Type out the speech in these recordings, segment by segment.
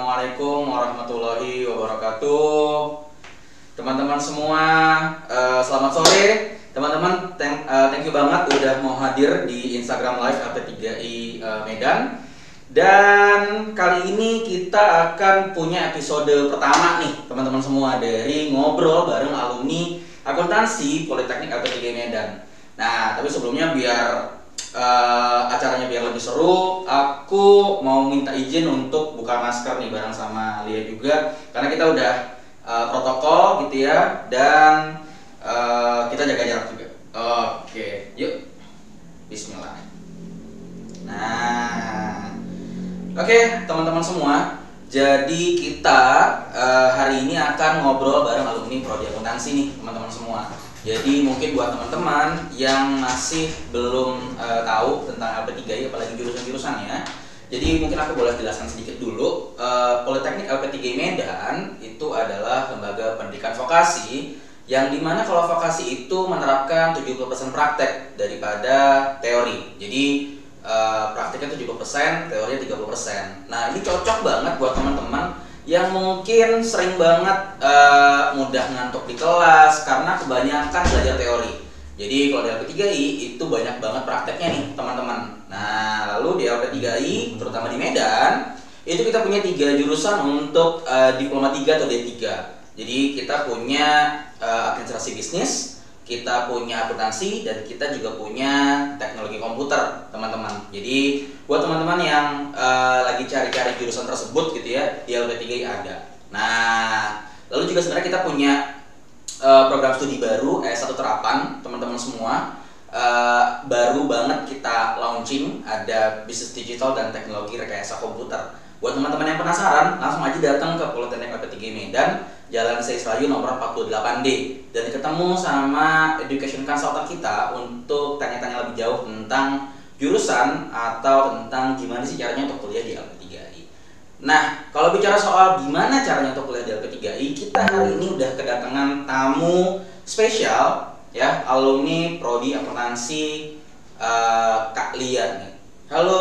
Assalamualaikum warahmatullahi wabarakatuh. Teman-teman semua, selamat sore. Teman-teman, thank you banget udah mau hadir di Instagram Live LP3I Medan. Dan kali ini kita akan punya episode pertama nih, teman-teman semua, dari ngobrol bareng alumni akuntansi Politeknik LP3I Medan. Nah, tapi sebelumnya biar acaranya biar lebih seru, aku mau minta izin untuk buka masker nih bareng sama Lia juga, karena kita udah protokol gitu ya, dan kita jaga jarak juga. Oke, yuk, Bismillah. Nah, oke teman-teman semua, jadi kita hari ini akan ngobrol bareng alumni Prodi Akuntansi nih teman-teman semua. Jadi mungkin buat teman-teman yang masih belum tahu tentang LP3I, apalagi jurusan-jurusannya, jadi mungkin aku boleh jelaskan sedikit dulu. Politeknik LP3I Medan itu adalah lembaga pendidikan vokasi, yang dimana kalau vokasi itu menerapkan 70% praktek daripada teori. Jadi praktiknya 70%, teorinya 30%. Nah, ini cocok banget buat teman-teman yang mungkin sering banget mudah ngantuk di kelas karena kebanyakan belajar teori. Jadi kalau di LP3I itu banyak banget prakteknya nih teman-teman. Nah, lalu di LP3I terutama di Medan itu kita punya 3 jurusan untuk diploma 3 atau D3. Jadi kita punya administrasi bisnis, kita punya akuntansi, dan kita juga punya teknologi komputer, teman-teman. Jadi buat teman-teman yang lagi cari-cari jurusan tersebut gitu ya, di LP3I ada. Nah, lalu juga sebenarnya kita punya program studi baru S1 Terapan, teman-teman semua. Baru banget kita launching, ada bisnis digital dan teknologi rekayasa komputer. Buat teman-teman yang penasaran, langsung aja datang ke Politeknik LP3I Medan, Jalan Seyslayu nomor 48D, dan ketemu sama education consultant kita untuk tanya-tanya lebih jauh tentang jurusan atau tentang gimana sih caranya untuk kuliah di LP3I. Nah, kalau bicara soal gimana caranya untuk kuliah di LP3I, kita hari ini udah kedatangan tamu spesial ya, alumni Prodi Akuntansi Kak Lia nih. Halo.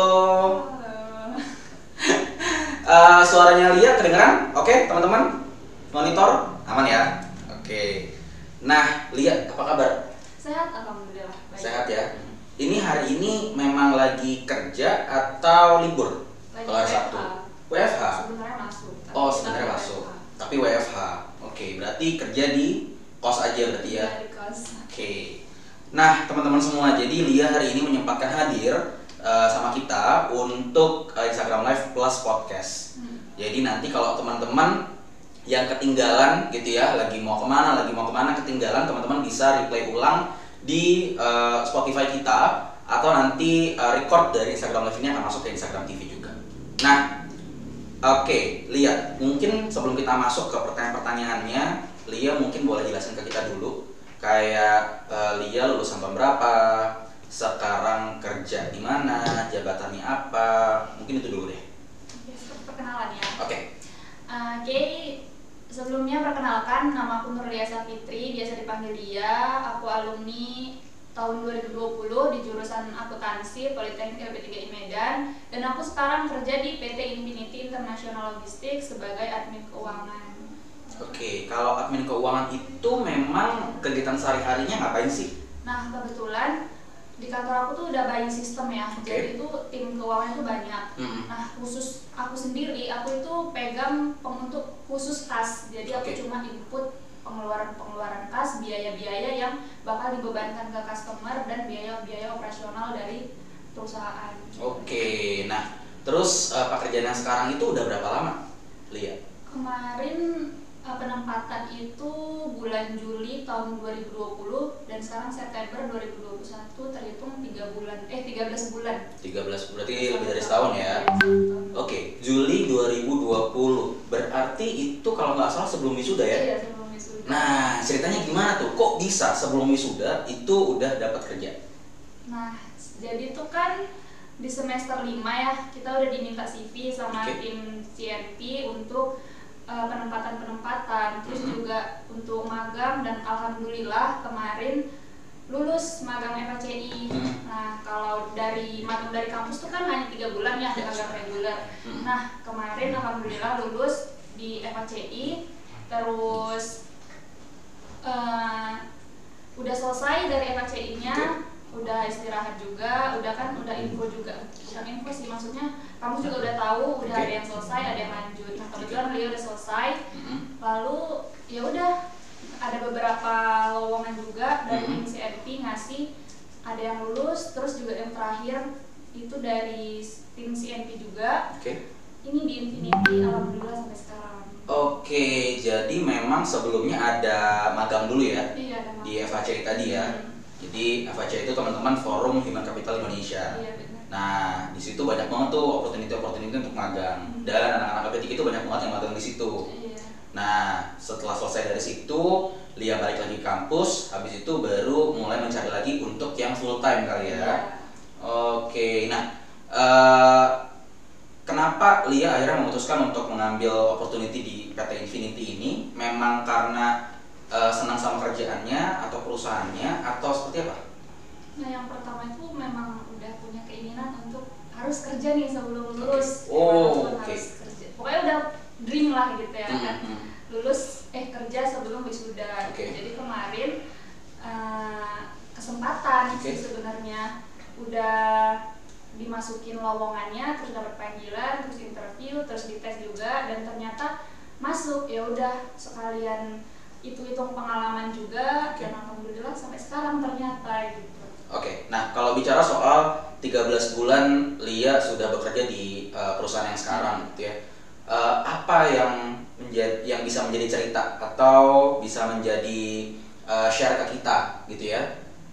Suaranya Lia kedengeran? Oke, teman-teman? Monitor? Aman ya? Oke. Nah, Lia, apa kabar? Sehat, alhamdulillah. Baik. Sehat ya? Ini hari ini memang lagi kerja atau libur? Lagi Kalau hari Sabtu? WFH? Sebenarnya masuk. Oh, sebenarnya masuk. Tapi WFH. Oke, berarti kerja di kos aja berarti ya? Di kos. Oke. Nah, teman-teman semua, jadi Lia hari ini menyempatkan hadir sama kita untuk Instagram Live plus podcast. Jadi nanti kalau teman-teman yang ketinggalan gitu ya, lagi mau kemana ketinggalan, teman-teman bisa replay ulang di Spotify kita, atau nanti record dari Instagram Live ini akan masuk ke Instagram TV juga. Nah, oke, Lia, mungkin sebelum kita masuk ke pertanyaan-pertanyaannya, Lia mungkin boleh jelasin ke kita dulu, kayak Lia lulusan tahun berapa, sekarang kerja di mana, jabatannya apa, mungkin itu dulu deh. Oke, perkenalan ya. Oke. Oke, sebelumnya perkenalkan, nama aku Nurlia Safitri, biasa dipanggil Lia. Aku alumni tahun 2020 di jurusan akuntansi Politeknik LP3I Medan, dan aku sekarang kerja di PT Infinity International Logistics sebagai admin keuangan. Oke, kalau admin keuangan itu memang kegiatan sehari-harinya ngapain sih? Nah, kebetulan di kantor aku tuh udah buying system ya, Oke. jadi itu tim keuangan itu banyak. Nah, khusus aku sendiri, aku itu pegang untuk khusus kas, jadi aku Oke. cuma input pengeluaran kas, biaya-biaya yang bakal dibebankan ke customer, dan biaya-biaya operasional dari perusahaan. Oke, nah terus pekerjaan yang sekarang itu udah berapa lama, Lia? Kemarin penempatan itu bulan Juli tahun 2020, dan sekarang September 2021, terhitung 13 bulan. 13, berarti lebih dari setahun ya? Oke, Juli 2020, berarti itu kalau nggak salah sebelum wisuda ya? Iya, sebelum wisuda. Nah, ceritanya gimana tuh? Kok bisa sebelum wisuda itu udah dapat kerja? Nah, jadi itu kan di semester 5 ya, kita udah diminta CV sama Oke. tim CNP untuk penempatan-penempatan, terus juga untuk magang, dan alhamdulillah kemarin lulus magang FHCI. Nah, kalau magang dari kampus tuh kan hanya 3 bulan ya, magang reguler. Nah, kemarin alhamdulillah lulus di FHCI, terus udah selesai dari FHCI-nya, udah istirahat juga, udah info juga. Bukan info sih, maksudnya kamu juga udah tahu, udah ada yang selesai, ada yang lanjut. Nah, kebetulan beliau udah selesai. Lalu ya udah ada beberapa lowongan juga dari tim CNP ngasih, ada yang lulus, terus juga yang terakhir itu dari tim CNP juga. Ini di Infinity, alhamdulillah sampai sekarang. Oke, jadi memang sebelumnya ada magang dulu ya? Iya, ada magang. Di FHCI tadi ya. Jadi FHCI itu teman-teman Forum Human Capital Indonesia. Iya, benar. Nah, di situ banyak banget tuh opportunity untuk magang. Dan anak-anak APTIK itu banyak banget yang magang di situ. Iya. Nah, setelah selesai dari situ, Lia balik lagi ke kampus, habis itu baru mulai mencari lagi untuk yang full time kali ya. Iya. Oke, nah kenapa Lia akhirnya memutuskan untuk mengambil opportunity di PT Infinity ini? Memang karena senang sama kerjaannya atau perusahaannya atau seperti apa? Nah, yang pertama itu memang udah punya keinginan untuk harus kerja nih sebelum lulus. Oke. Harus kerja. Pokoknya udah dream lah gitu ya kan. Lulus kerja sebelum wisuda. Jadi kemarin kesempatan sih sebenarnya, udah dimasukin lowongannya, terus dapat panggilan, terus interview, terus dites juga, dan ternyata masuk. Ya udah sekalian hitung pengalaman juga, dan alhamdulillah sampai sekarang ternyata gitu. Nah kalau bicara soal 13 bulan Lia sudah bekerja di perusahaan yang sekarang gitu ya, apa yang bisa menjadi cerita atau bisa menjadi share ke kita gitu ya,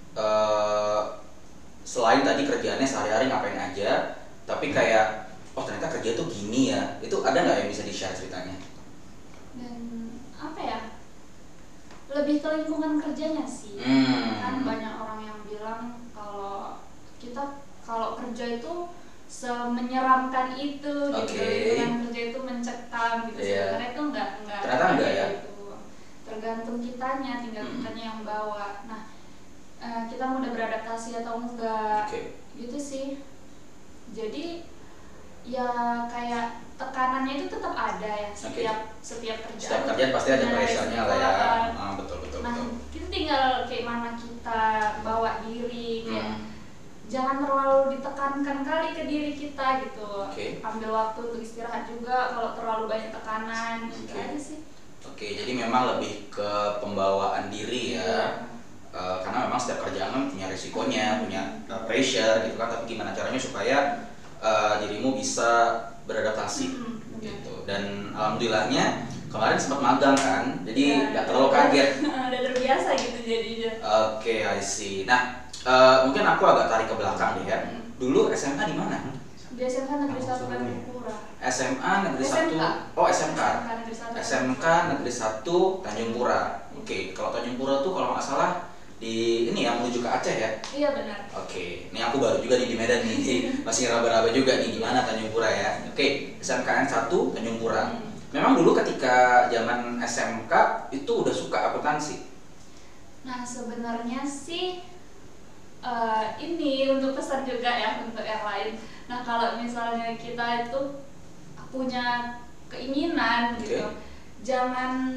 selain tadi kerjaannya sehari-hari ngapain aja, tapi kayak ternyata kerja tuh gini ya, itu ada nggak yang bisa di-share ceritanya? Dan apa ya, lebih ke lingkungan kerjanya sih. Kan banyak orang yang bilang kalau kerja itu semenyeramkan itu gitu, lingkungan kerja itu mencekam gitu. Sebenarnya itu enggak ternyata enggak ya gitu. Tergantung kitanya, tinggal kitanya yang bawa. Nah, kita mau udah beradaptasi atau enggak gitu sih. Jadi ya kayak tekanannya itu tetap ada ya setiap kerjaan. Setiap kerjaan pasti ada pressure-nya lah ya. Betul. Nah, kita tinggal kayak mana kita bawa diri, kayak jangan terlalu ditekankan kali ke diri kita gitu. Ambil waktu untuk istirahat juga kalau terlalu banyak tekanan. Gitu aja sih. Jadi memang lebih ke pembawaan diri ya. Karena memang setiap kerjaan kan punya resikonya, punya pressure gitu kan. Tapi gimana caranya supaya dirimu bisa beradaptasi gitu. Dan alhamdulillahnya kemarin sempat magang kan, jadi nggak terlalu kaget. Udah terbiasa gitu jadinya. I see. Nah, mungkin aku agak tarik ke belakang deh ya. Dulu SMA di mana? Di SMK Negeri 1 Tanjung Pura. SMA Negeri 1. SMK. SMK Negeri 1 Tanjung Pura. Kalau Tanjung Pura tuh kalau nggak salah di ini ya, menuju ke Aceh ya? Iya benar. Ini aku baru juga di Medan nih, masih raba-raba juga nih gimana Tanjung Pura ya. SMKN 1 Tanjung Pura. Memang dulu ketika zaman SMK itu udah suka akuntansi? Nah, sebenarnya sih ini untuk pesan juga ya untuk yang lain. Nah, kalau misalnya kita itu punya keinginan gitu, jangan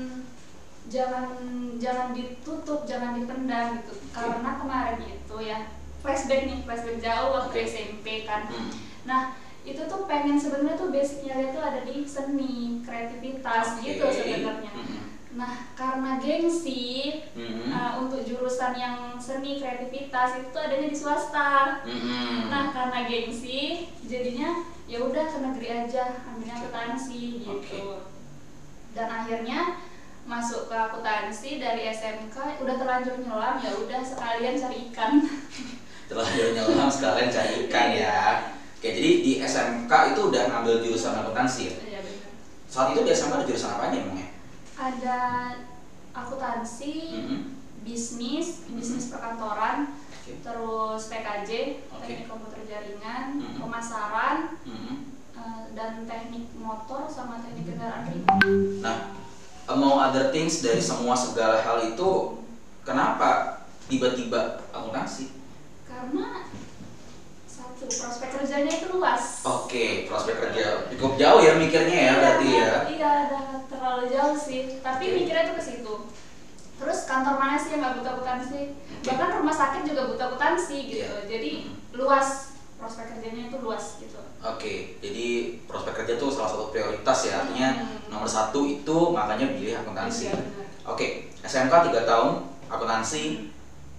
ditutup, jangan dipendam gitu. Karena kemarin itu ya flashback jauh waktu SMP kan. Nah, itu tuh pengen sebenarnya tuh basicnya dia tuh ada di seni, kreativitas gitu sebenarnya. Nah, karena gengsi untuk jurusan yang seni kreativitas itu adanya di swasta. Nah, karena gengsi jadinya ya udah ke negeri aja, ambilnya akuntansi gitu. Dan akhirnya masuk ke akuntansi dari SMK, udah terlanjur nyelam, ya udah sekalian cari ikan. Terlanjur nyelam sekalian cari ikan ya. Jadi di SMK itu udah ngambil jurusan akuntansi ya? Iya benar. Saat itu di SMK ada jurusan apa aja emangnya? Ada akuntansi, bisnis perkantoran, terus TKJ, teknik komputer jaringan, pemasaran, dan teknik motor sama teknik kendaraan pribadi. Nah, among other things dari segala hal itu, kenapa tiba-tiba akuntansi? Karena satu, prospek kerjanya itu luas. Oke, prospek kerja cukup jauh ya mikirnya ya berarti ya. Iya, udah terlalu jauh sih. Tapi mikirnya tuh ke situ. Terus kantor mana sih yang nggak butuh akuntansi? Bahkan rumah sakit juga butuh akuntansi gitu. Jadi luas, prospek kerjanya itu luas gitu. Oke, jadi prospek kerja tuh salah satu prioritas ya, artinya nomor satu itu makanya pilih akuntansi. Iya, Oke, SMK 3 tahun akuntansi.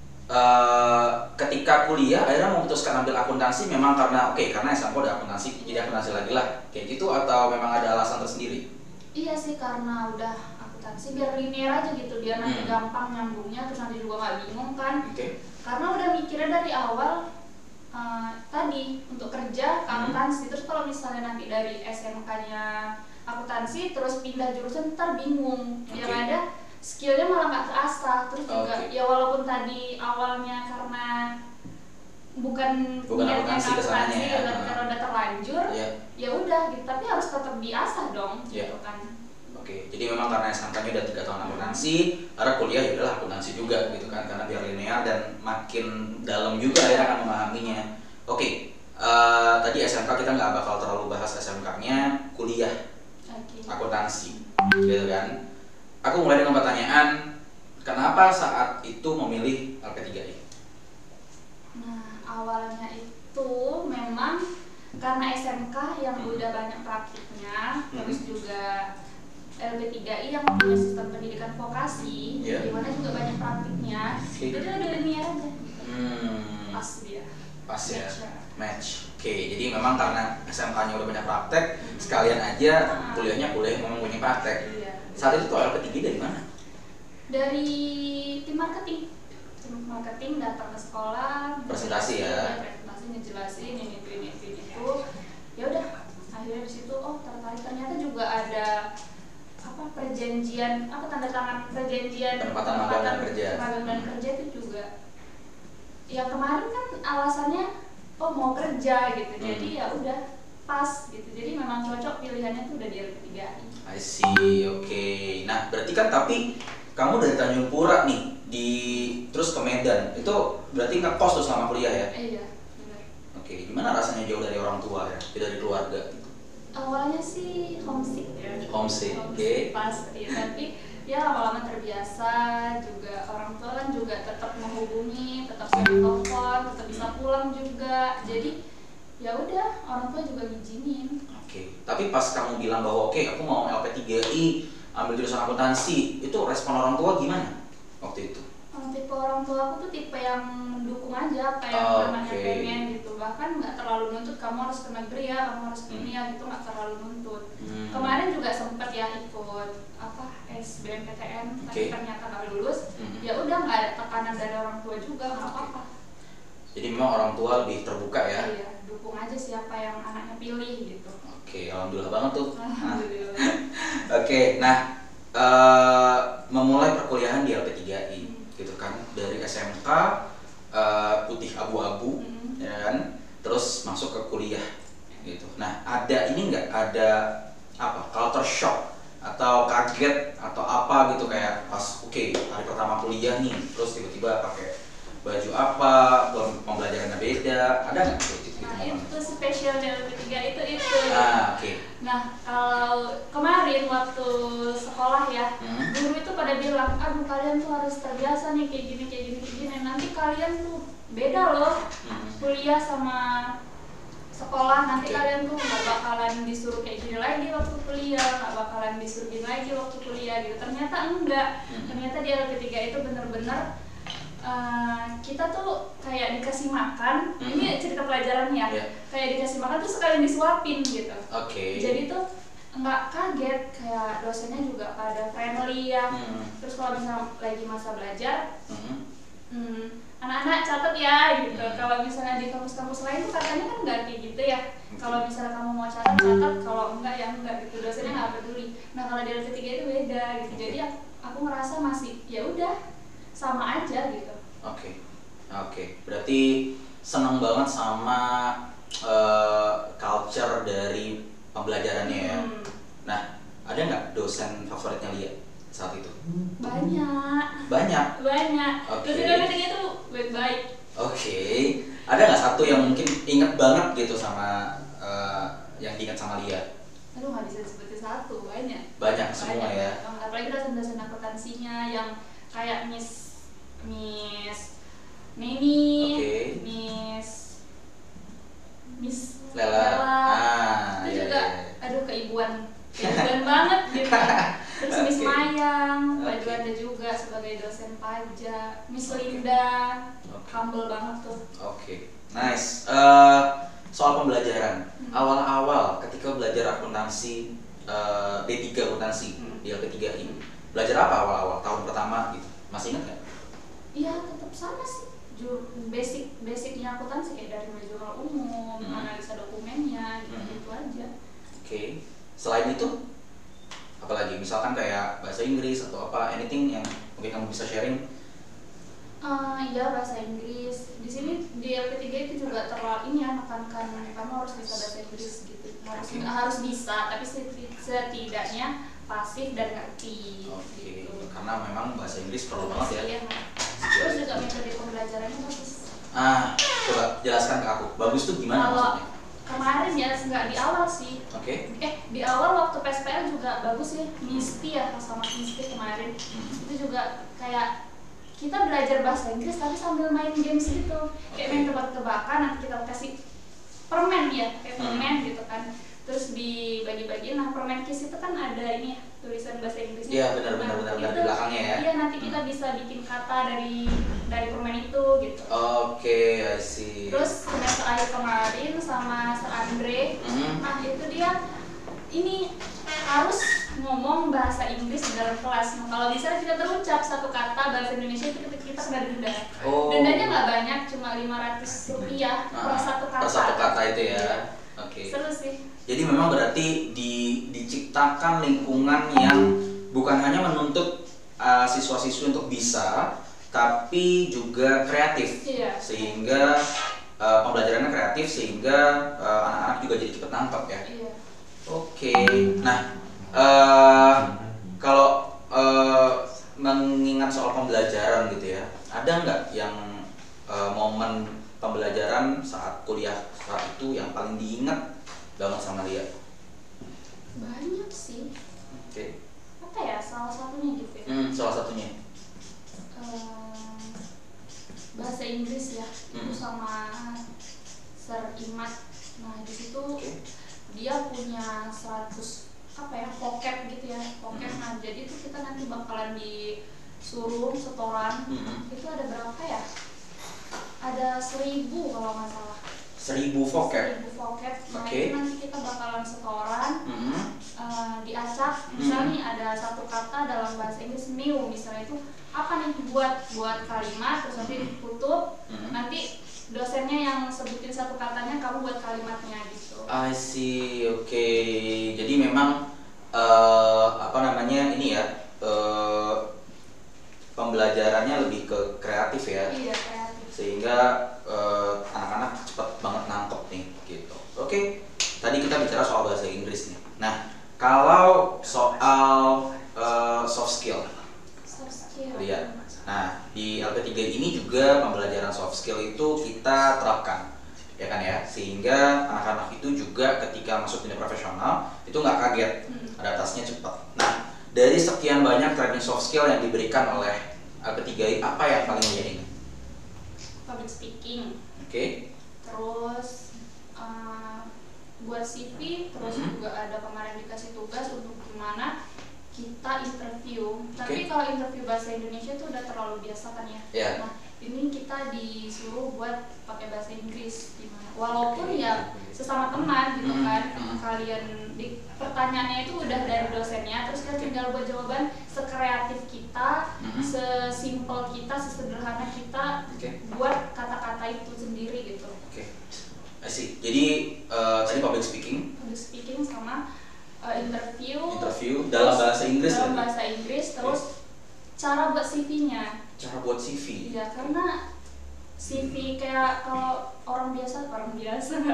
Ketika kuliah akhirnya memutuskan ambil akuntansi memang karena karena SMK udah akuntansi, jadi akuntansi lagi lah kayak gitu, atau memang ada alasan tersendiri? Iya sih, karena udah akuntansi biar linear aja gitu, biar nanti gampang nyambungnya, terus nanti juga nggak bingung kan. Karena udah mikirnya dari awal tadi untuk kerja akuntansi, terus kalau misalnya nanti dari SMK-nya akuntansi terus pindah jurusan ntar bingung, yang ada skillnya malah nggak terasah. Terus juga ya walaupun tadi awalnya karena bukan niatnya akuntansi ya, karena udah terlanjur ya udah gitu, tapi harus tetap diasah dong gitu kan. Oke, jadi memang karena SMK-nya udah 3 tahun akuntansi, karena kuliah ya udahlah akuntansi juga gitu kan, karena biar linear dan makin dalam juga ya akan memahaminya. Oke, tadi SMK kita nggak bakal terlalu bahas SMK-nya, kuliah akuntansi gitu kan. Aku mulai dengan pertanyaan, kenapa saat itu memilih LP3I? Nah, awalnya itu memang karena SMK yang udah banyak praktiknya, terus juga LP3I yang punya sistem pendidikan vokasi, di mana juga banyak praktiknya, jadi udah linear aja. Pas dia. Pas ya, match. Oke, jadi memang karena SMK-nya udah banyak praktek, sekalian aja kuliahnya memang punya praktek. Saat itu tuh LP3I dari mana? Dari tim marketing. Tim marketing datang ke sekolah, presentasi ya. Presentasi ngejelasin ini itu. Ya udah, akhirnya di situ tertarik, ternyata juga ada perjanjian, tanda tangan perjanjian penempatan magang dan kerja itu juga. Ya kemarin kan alasannya mau kerja gitu. Jadi ya udah pas gitu. Jadi memang cocok, pilihannya tuh udah di LP3I. I see, oke. Nah, berarti kan tapi kamu dari Tanjung Pura nih terus ke Medan. Itu berarti ngekos tuh selama kuliah ya? Iya, benar. Oke, gimana rasanya jauh dari orang tua ya? Dari keluarga gitu? Awalnya sih homesick ya. Homesick, oke. Pasti, tapi ya lama-lama terbiasa juga. Orang tua kan juga tetap menghubungi, tetap sering telepon, tetap bisa pulang juga. Jadi ya udah, orang tua juga ngizinin. Oke, tapi pas kamu bilang bahwa aku mau LP3I, ambil jurusan akuntansi, itu respon orang tua gimana waktu itu? Tipe orang tua aku tuh tipe yang mendukung aja apa yang anaknya pengen gitu. Bahkan nggak terlalu nuntut kamu harus ke negeri ya, kamu harus ke ini ya gitu, nggak terlalu nuntut. Kemarin juga sempet ya ikut SBMPTN, tapi ternyata nggak lulus. Ya udah, nggak ada tekanan dari orang tua juga, nggak apa-apa. Jadi memang orang tua lebih terbuka ya? Iya, dukung aja siapa yang anaknya pilih gitu. Oke, alhamdulillah banget tuh. Alhamdulillah. Oke, nah memulai perkuliahan di LP3I gitu kan, dari SMK putih abu-abu ya kan, terus masuk ke kuliah gitu. Nah, ada ini nggak, ada culture shock atau kaget atau apa gitu, kayak pas hari pertama kuliah nih, terus tiba-tiba pakai baju apa, pembelajarannya beda, ada nggak gitu? Nah, itu spesial dari LP3 itu. Nah, kalau kemarin waktu sekolah ya, guru itu pada bilang, aduh kalian tuh harus terbiasa nih kayak gini. Nanti kalian tuh beda loh, kuliah sama sekolah. Nanti kalian tuh nggak bakalan disuruh kayak gini lagi waktu kuliah, nggak bakalan disuruh gini lagi waktu kuliah gitu. Ternyata enggak. Ternyata di LP3 itu bener-bener kita tuh kayak dikasih makan, ini cerita pelajaran ya, kayak dikasih makan terus sekalian disuapin gitu. Jadi tuh nggak kaget, kayak dosennya juga pada friendly ya. Terus kalau misalnya lagi masa belajar, anak-anak catat ya gitu. Kalau misalnya di kampus-kampus lain tuh katanya kan nggak kayak gitu ya. Kalau misalnya kamu mau catat, kalau enggak ya enggak gitu. Dosennya nggak peduli. Nah kalau di LP3 itu beda gitu. Jadi aku ngerasa masih ya udah sama aja gitu. Oke. Berarti senang banget sama culture dari pembelajarannya ya. Nah, ada nggak dosen favoritnya Lia? saat itu? Banyak. Oke. Terus itu tuh baik-baik. Oke. Ada nggak satu yang mungkin inget banget gitu sama yang diingat sama Lia? Aduh, nggak bisa disebutin satu, Banyak semua ya. Apalagi dosen-dosen akuntansinya yang kayak Miss Neni, Oke. Miss Lela. itu Iya, juga iya. aduh keibuan banget gitu. Terus Miss Oke. Mayang, Pak Oke. Juanda juga sebagai dosen pajak, Miss Linda, humble banget tuh. Oke, nice. Soal pembelajaran, awal-awal ketika belajar akuntansi D3 akuntansi di LP3 ini, belajar apa awal-awal tahun pertama gitu? Masih ingat nggak? Iya, tetap sama sih. Basicnya akuntansi kayak dari jurnal umum, analisa dokumennya, gitu aja. Oke. Selain itu, apalagi? Misalkan kayak bahasa Inggris atau apa, anything yang mungkin kamu bisa sharing? Iya, bahasa Inggris. Di sini di LP3 itu juga terlalu ini ya, menekankan kamu harus bisa bahasa Inggris gitu. Harus bisa, tapi setidaknya pasif dan ngerti. Oke. Gitu. Karena memang bahasa Inggris perlu banget ya. Iya. Terus juga metode pembelajarannya bagus. Coba jelaskan ke aku. Bagus tuh gimana Kalau maksudnya? kemarin ya nggak di awal sih. Oke. Di awal waktu PSPL juga bagus ya. Misti ya, sama Misti kemarin. Itu juga kayak kita belajar bahasa Inggris tapi sambil main games gitu. Kayak main tebak-tebakan, nanti kita kasih permen ya, kayak permen gitu kan. Terus dibagi-bagiin. Nah, permen kiss itu kan ada ini ya, tulisan bahasa Inggrisnya. Iya, benar di belakangnya ya. Iya, nanti kita bisa bikin kata dari permen itu gitu. Oke, I see. Terus semester akhir kemarin sama Sir Andre, nah itu dia ini harus ngomong bahasa Inggris di dalam kelas. Nah, kalau bisa kita terucap satu kata bahasa Indonesia itu kita kena denda. Dendanya nggak banyak, cuma Rp500 per satu kata. Per satu kata itu ya. Oke. Seru sih. Jadi memang berarti diciptakan lingkungan yang bukan hanya menuntut siswa-siswi untuk bisa, tapi juga kreatif. Iya. Sehingga pembelajarannya kreatif, sehingga anak-anak juga jadi cepat nangkep ya. Iya. Oke. Nah, kalau mengingat soal pembelajaran gitu ya, ada nggak yang momen pembelajaran saat kuliah saat itu yang paling diingat banget sama Lia? Banyak sih. Oke. Apa ya, salah satunya gitu ya. Salah satunya. Bahasa Inggris ya, itu sama Sir Imad. Nah, di situ dia punya 100 vocab gitu ya, vocab. Nah, jadi itu kita nanti bakalan disuruh setoran. Itu ada berapa ya? Ada 1000 kalau nggak salah. 1000 vocab. 1000 vocab. Nah, Oke. itu nanti kita bakalan setoran. Diacak. Misalnya nih ada satu kata dalam bahasa Inggris new, misalnya itu apa nih, buat kalimat, terus nanti ditutup. Nanti dosennya yang sebutin satu katanya, kamu buat kalimatnya gitu. I see. Oke. Jadi memang ini ya, pembelajarannya lebih ke kreatif ya. Iya, kreatif. Sehingga anak-anak cepat banget nangkep nih gitu. Oke. Tadi kita bicara soal bahasa Inggris nih. Nah, kalau soal soft skill. Lihat. Nah, di LP3 ini juga pembelajaran soft skill itu kita terapkan, ya kan ya, sehingga anak-anak itu juga ketika masuk dunia profesional itu nggak kaget, adaptasinya cepat. Nah, dari sekian banyak training soft skill yang diberikan oleh LP3, apa yang paling menjadi? Public speaking. Oke. Terus buat CV, terus juga ada kemarin dikasih tugas untuk gimana kita interview. Tapi kalau interview bahasa Indonesia itu udah terlalu biasa kan ya. Yeah. Nah, ini kita disuruh buat pakai bahasa Inggris gimana. Walaupun ya sesama teman gitu kan, kalian di pertanyaannya itu udah dari dosennya, terus kita tinggal buat jawaban sekreatif kita, sesimpel kita, sesederhana kita buat kata-kata itu sendiri gitu. Oke. I see. Jadi tadi public speaking sama interview dalam bahasa Inggris. Terus cara buat CV-nya. Cara buat CV. Iya, karena CV kayak kalau orang biasa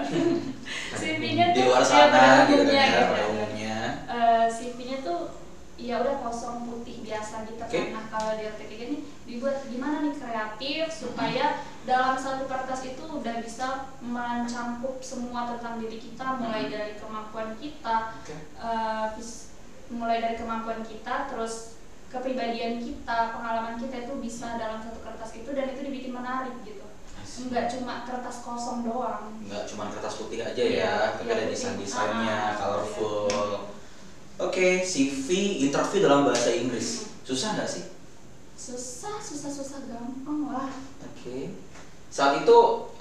CV-nya di tuh luar sana pada gitu kan umumnya, ya, pada umumnya. CV-nya tuh ya udah kosong putih biasa gitu. Oke. Nah kalau di LP3 ini dibuat gimana nih kreatif supaya dalam satu kertas itu udah bisa mencangkup semua tentang diri kita, mulai dari kemampuan kita, mulai dari kemampuan kita, terus kepribadian kita, pengalaman kita itu bisa dalam satu kertas itu, dan itu dibikin menarik gitu. Enggak cuma kertas kosong doang. Enggak cuma kertas putih aja ya, tapi ada desain-desainnya, colorful. Oke, CV interview dalam bahasa Inggris. Susah nggak sih? Susah gampang lah. Oke. Saat itu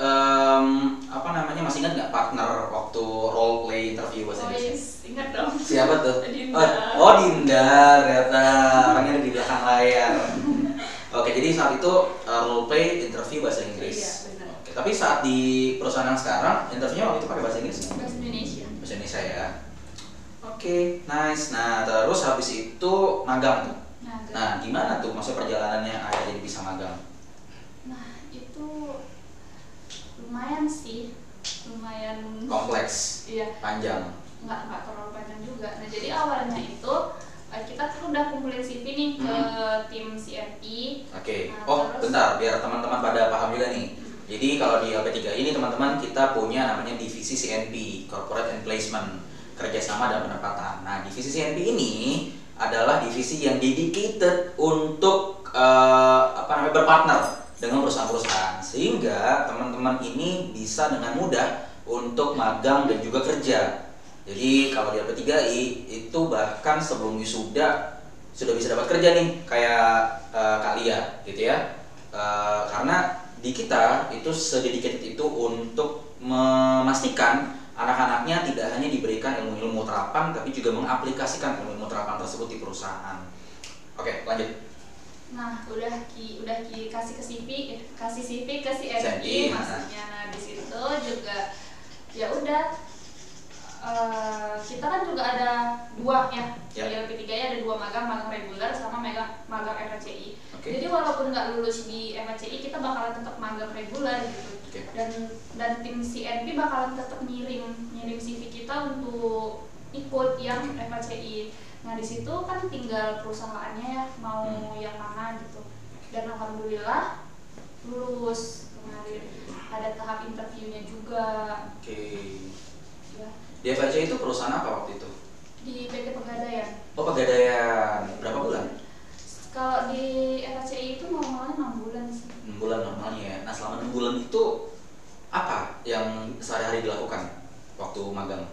masih ingat nggak partner waktu role play interview bahasa Inggris? Yes, ingat dong. Siapa tuh? Dinda. Dinda, ternyata orangnya ada di belakang layar. Oke, jadi saat itu role play interview bahasa Inggris. Iya, benar. Oke, tapi saat di perusahaan yang sekarang, interviewnya waktu itu pakai bahasa Inggris nggak? Bahasa Indonesia. Bahasa Indonesia ya. Oke, nice. Nah, terus habis itu magang tuh. Nah, gimana tuh maksud perjalanannya Ayah jadi bisa magang? Nah, itu lumayan sih, lumayan Kompleks. Iya. Panjang. Nggak terlalu panjang juga. Nah, jadi awalnya itu kita tuh udah kumpulin CV nih ke tim CNP. Oke. Nah, bentar, biar teman-teman pada paham juga nih. Jadi kalau di LP3 ini teman-teman kita punya namanya divisi CNP, Corporate and Placement, kerjasama dan penempatan. Nah, divisi CNP ini adalah divisi yang dedicated untuk berpartner dengan perusahaan-perusahaan, sehingga teman-teman ini bisa dengan mudah untuk magang dan juga kerja. Jadi kalau di LP3I itu bahkan sebelum wisuda sudah bisa dapat kerja nih, kayak Kak Lia gitu ya. Karena di kita itu sededicated itu untuk memastikan anak-anaknya tidak hanya diberikan ilmu-ilmu terapan, tapi juga mengaplikasikan ilmu terapan tersebut di perusahaan. Oke, lanjut. Nah, udah kasih ke CV ke CNP maksudnya. Nah, di situ juga ya udah kita kan juga ada dua ya. Di LP3 ya ada dua magang reguler sama magang FHCI. Jadi walaupun nggak lulus di FHCI, kita bakalan tetap magang reguler gitu. Dan tim CNP bakalan tetap ngirim CV kita untuk ikut yang FHCI. Nah, di situ kan tinggal perusahaannya ya mau yang mana gitu. Dan alhamdulillah lulus kemarin. Ada tahap interviewnya juga. Ya. Di FHCI itu perusahaan apa waktu itu? Di PT Pegadaian. Oh, Pegadaian. Berapa bulan? Kalau di FHCI itu normalnya 6 bulan sih. 6 bulan normalnya ya. Nah, selama 6 bulan itu apa yang sehari-hari dilakukan waktu magang?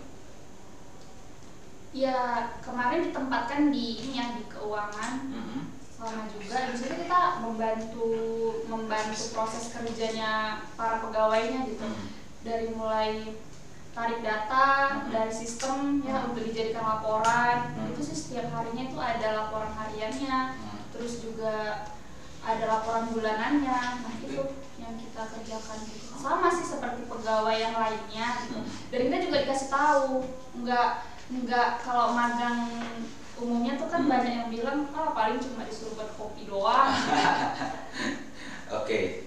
Ya, kemarin ditempatkan di keuangan. Selama juga di situ kita membantu proses kerjanya para pegawainya gitu. Dari mulai tarik data dari sistem ya untuk dijadikan laporan. Itu sih setiap harinya itu ada laporan hariannya. Terus juga ada laporan bulanannya. Nah, itu yang kita kerjakan gitu. Sama sih seperti pegawai yang lainnya gitu. Dan kita juga dikasih tahu, enggak kalau magang umumnya tuh kan banyak yang bilang paling cuma disuruh buat kopi doang. Oke.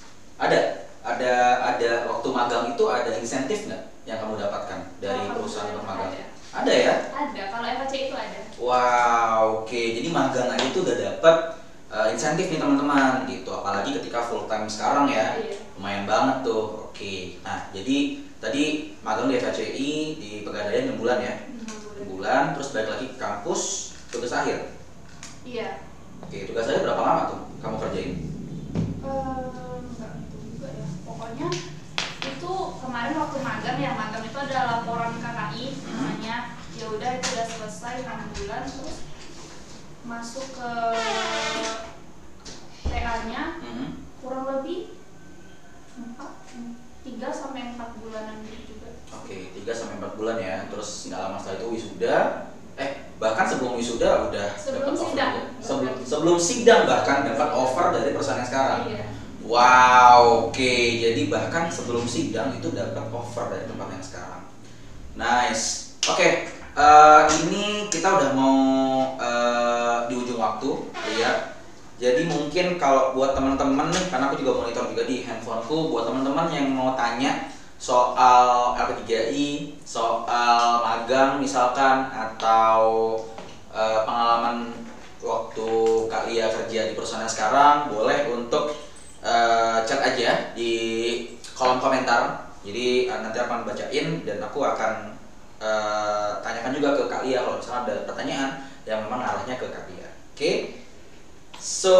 Ada waktu magang itu ada insentif nggak yang kamu dapatkan dari perusahaan untuk magang? Ada ya? Ada, kalau FHC itu ada. Wow, oke. Jadi magang aja itu udah dapat insentif nih teman-teman gitu. Apalagi ketika full time sekarang ya. Lumayan banget tuh. Oke. Nah, jadi tadi magang di FHCI di Pegadaian 6 bulan ya? 6 bulan, terus balik lagi ke kampus, tugas akhir? Iya. Oke, tugas akhir berapa lama tuh kamu kerjain? Enggak juga ya. Pokoknya itu kemarin waktu magang itu ada laporan KKI namanya. Ya udah itu udah selesai 6 bulan, terus masuk ke TA-nya kurang lebih 3-4 bulanan gitu juga. Oke, 3-4 bulan ya. Terus nggak lama setelah itu wisuda. Bahkan sebelum wisuda udah sebelum sidang. Sebelum sidang bahkan dapat offer dari perusahaan yang sekarang. Iya. Wow, oke. Jadi bahkan sebelum sidang itu dapat offer dari tempat yang sekarang. Nice. Oke, ini kita udah mau di ujung waktu, ya. Jadi mungkin kalau buat teman-teman nih, karena aku juga monitor juga di handphoneku, buat teman-teman yang mau tanya soal LP3I, soal magang misalkan, atau pengalaman waktu Kak Lia kerja di perusahaan yang sekarang, boleh untuk chat aja di kolom komentar. Jadi nanti akan bacain dan aku akan tanyakan juga ke Kak Lia kalau misalnya ada pertanyaan yang memang arahnya ke Kak Lia. Oke? So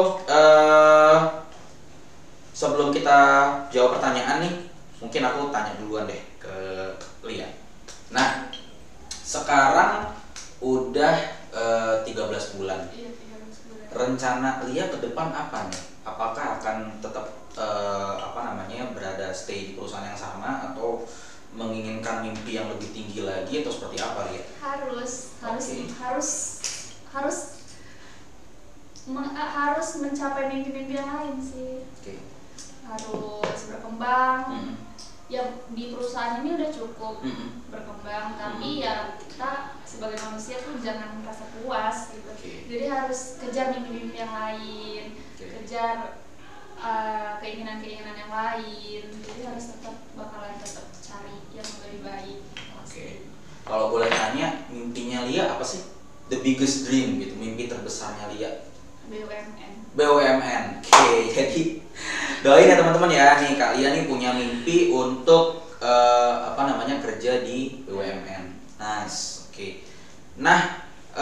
sebelum kita jawab pertanyaan nih, mungkin aku tanya duluan deh ke Lia. Nah, sekarang udah 13 bulan. Iya, 13 bulan. Rencana Lia ke depan apa nih? Apakah akan tetap berada stay di perusahaan yang sama atau menginginkan mimpi yang lebih tinggi lagi atau seperti apa, Lia? Harus mencapai mimpi-mimpi yang lain sih. Harus berkembang. Ya di perusahaan ini udah cukup berkembang, tapi ya kita sebagai manusia tuh jangan merasa puas gitu. Jadi harus kejar mimpi-mimpi yang lain, kejar keinginan-keinginan yang lain. Jadi harus bakalan tetap cari yang lebih baik. Kalau boleh tanya, mimpinya Lia apa sih? The biggest dream gitu, mimpi terbesarnya Lia? BUMN. Jadi doain ya teman-teman ya, nih Kak Lia nih punya mimpi untuk kerja di BUMN. Nice. Nah,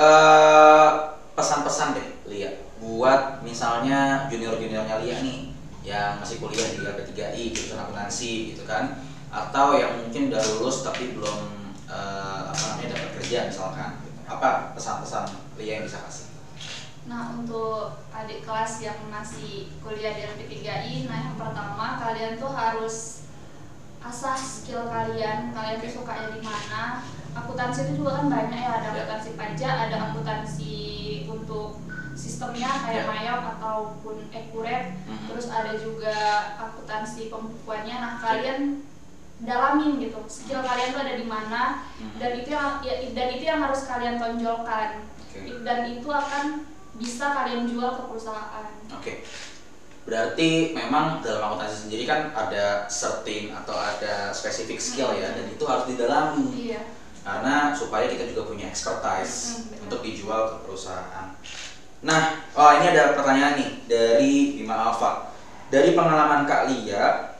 pesan-pesan deh Lia buat misalnya junior-juniornya Lia nih yang masih kuliah di LP3I jurusan akuntansi gitu kan, atau yang mungkin udah lulus tapi belum dapat kerja misalkan. Apa pesan-pesan Lia yang bisa kasih? Nah, untuk adik kelas yang masih kuliah di LP3I, nah yang pertama kalian tuh harus asah skill kalian tuh sukanya di mana. Akuntansi itu juga kan banyak ya, ada akuntansi pajak, ada akuntansi untuk sistemnya kayak Mayop ataupun Ekuret, terus ada juga akuntansi pembukuannya. Nah, kalian dalamin gitu, skill kalian tuh ada di mana, dan itu yang harus kalian tonjolkan, dan itu akan bisa kalian jual ke perusahaan. Berarti memang dalam akuntansi sendiri kan ada certain atau ada spesifik skill ya, dan itu harus didalami. Karena supaya kita juga punya expertise untuk dijual ke perusahaan. Nah, ini ada pertanyaan nih dari Bima Alfa. Dari pengalaman Kak Lia,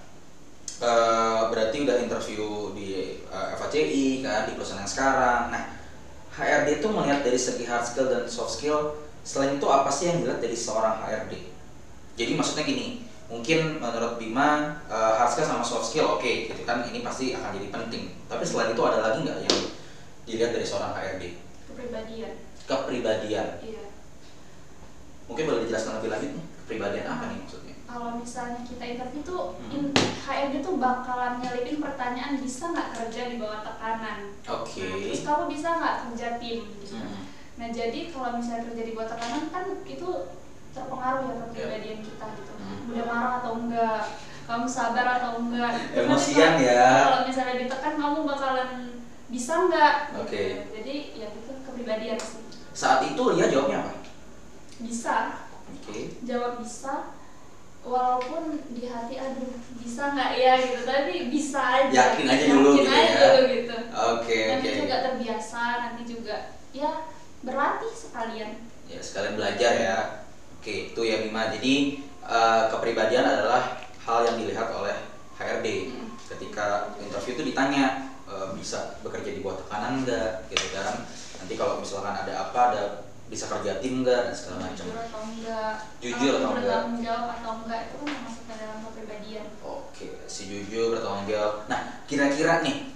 berarti udah interview di FACI kan, di perusahaan yang sekarang. Nah, HRD itu melihat dari segi hard skill dan soft skill. Selain itu apa sih yang dilihat dari seorang HRD? Jadi maksudnya gini, mungkin menurut Bima hard skill sama soft skill oke, gitu kan, ini pasti akan jadi penting. Tapi selain itu ada lagi nggak yang dilihat dari seorang HRD? Kepribadian. Iya. Mungkin boleh dijelaskan lebih lanjut nih, kepribadian apa nih maksudnya? Kalau misalnya kita interview tuh, HRD tuh bakalan nyelipin pertanyaan, bisa nggak kerja di bawah tekanan? Nah, terus kamu bisa nggak kerja tim? Gitu. Nah, jadi kalau misalnya kerja di bawah tekanan kan itu terpengaruh ya kepribadian kita gitu. Mudah marah atau enggak, kamu sabar atau enggak. Emosian ya. Kalau misalnya ditekan kamu bakalan bisa nggak? Gitu. Jadi ya itu kepribadian sih. Saat itu Lia jawabnya apa? Bisa. Jawab bisa. Walaupun di hati aduh bisa nggak ya gitu, tapi bisa aja. Yakin aja dulu gitu ya. Nanti juga terbiasa, nanti juga ya berlatih sekalian. Ya sekalian belajar ya. Itu ya Bima. Jadi kepribadian adalah hal yang dilihat oleh HRD. Ketika interview itu ditanya bisa bekerja di bawah tekanan enggak, gitu kan. Nanti kalau misalkan ada apa, bisa kerja tim enggak dan segala macam. Jujur atau enggak. Bertanggung jawab atau enggak itu kan masuk ke dalam kepribadian. Si jujur, bertanggung jawab. Nah, kira-kira nih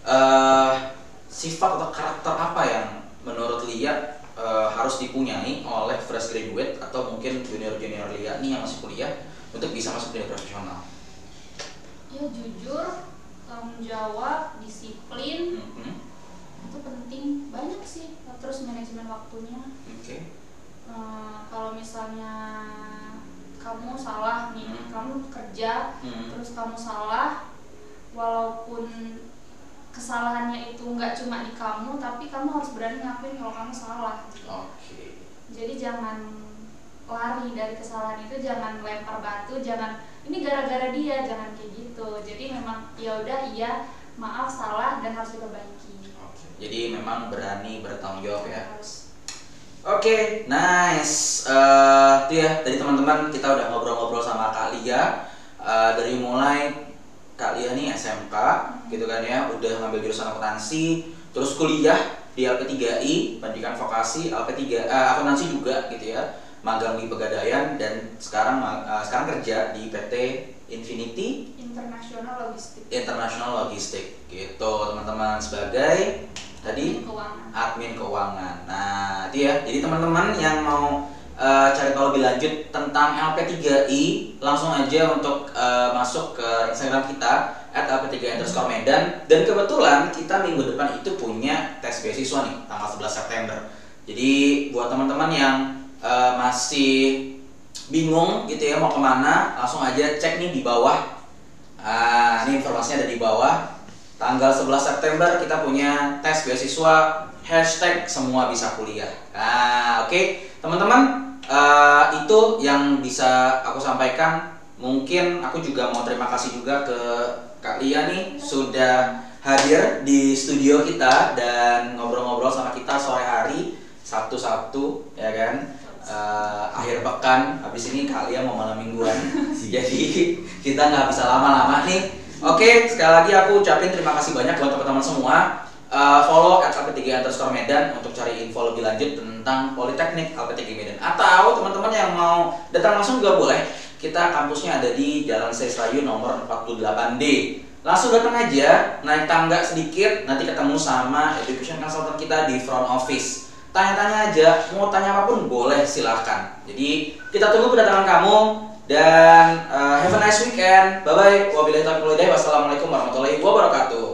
sifat atau karakter apa yang menurut Lia harus dipunyai oleh fresh graduate atau mungkin junior-junior Lia nih yang masih kuliah untuk bisa masuk dunia profesional? Ya jujur, tanggung jawab, disiplin. Itu penting banyak sih, terus manajemen waktunya. Kalau misalnya kamu salah nih, kamu kerja terus kamu salah, walaupun kesalahannya itu nggak cuma di kamu, tapi kamu harus berani ngakuin kalau kamu salah. Jadi jangan lari dari kesalahan itu, jangan lempar batu, jangan ini gara-gara dia, jangan kayak gitu. Jadi memang ya udah, iya maaf salah dan harus diperbaiki. Jadi memang berani bertanggung jawab ya. Oke, nice. Itu ya, tadi teman-teman kita udah ngobrol-ngobrol sama Kak Lia. Dari mulai Kak Lia nih SMK, gitu kan ya, udah ngambil jurusan akuntansi, terus kuliah di LP3I, pendidikan vokasi, akuntansi juga gitu ya, magang di Pegadaian, dan sekarang kerja di PT Infinity International Logistik gitu teman-teman, sebagai tadi admin keuangan. Nah itu ya, jadi teman-teman yang mau cari tahu lebih lanjut tentang LP3I, langsung aja untuk masuk ke Instagram kita @lp3_Medan. Dan kebetulan kita minggu depan itu punya tes beasiswa nih, tanggal 11 September. Jadi buat teman-teman yang masih bingung gitu ya mau kemana, langsung aja cek nih di bawah. Ini informasinya ada di bawah. Tanggal 11 September kita punya tes beasiswa #semua bisa kuliah. Oke. Teman-teman, itu yang bisa aku sampaikan. Mungkin aku juga mau terima kasih juga ke Kak Lia nih sudah hadir di studio kita dan ngobrol-ngobrol sama kita sore hari Sabtu ya kan. Akhir pekan, habis ini Kak Lia mau malam mingguan. Jadi kita nggak bisa lama-lama nih. Oke, sekali lagi aku ucapin terima kasih banyak buat teman-teman semua. Follow @lp3_Medan untuk cari info lebih lanjut tentang Politeknik LP3 Medan. Atau teman-teman yang mau datang langsung juga boleh. Kita kampusnya ada di Jalan Sesrayu nomor 48D. Langsung datang aja, naik tangga sedikit, nanti ketemu sama education consultant kita di front office. Tanya-tanya aja, mau tanya apapun boleh, silahkan. Jadi kita tunggu kedatangan kamu. Dan have a nice weekend. Bye bye. Wabillahi taufiq wal hidayah. Wassalamualaikum warahmatullahi wabarakatuh.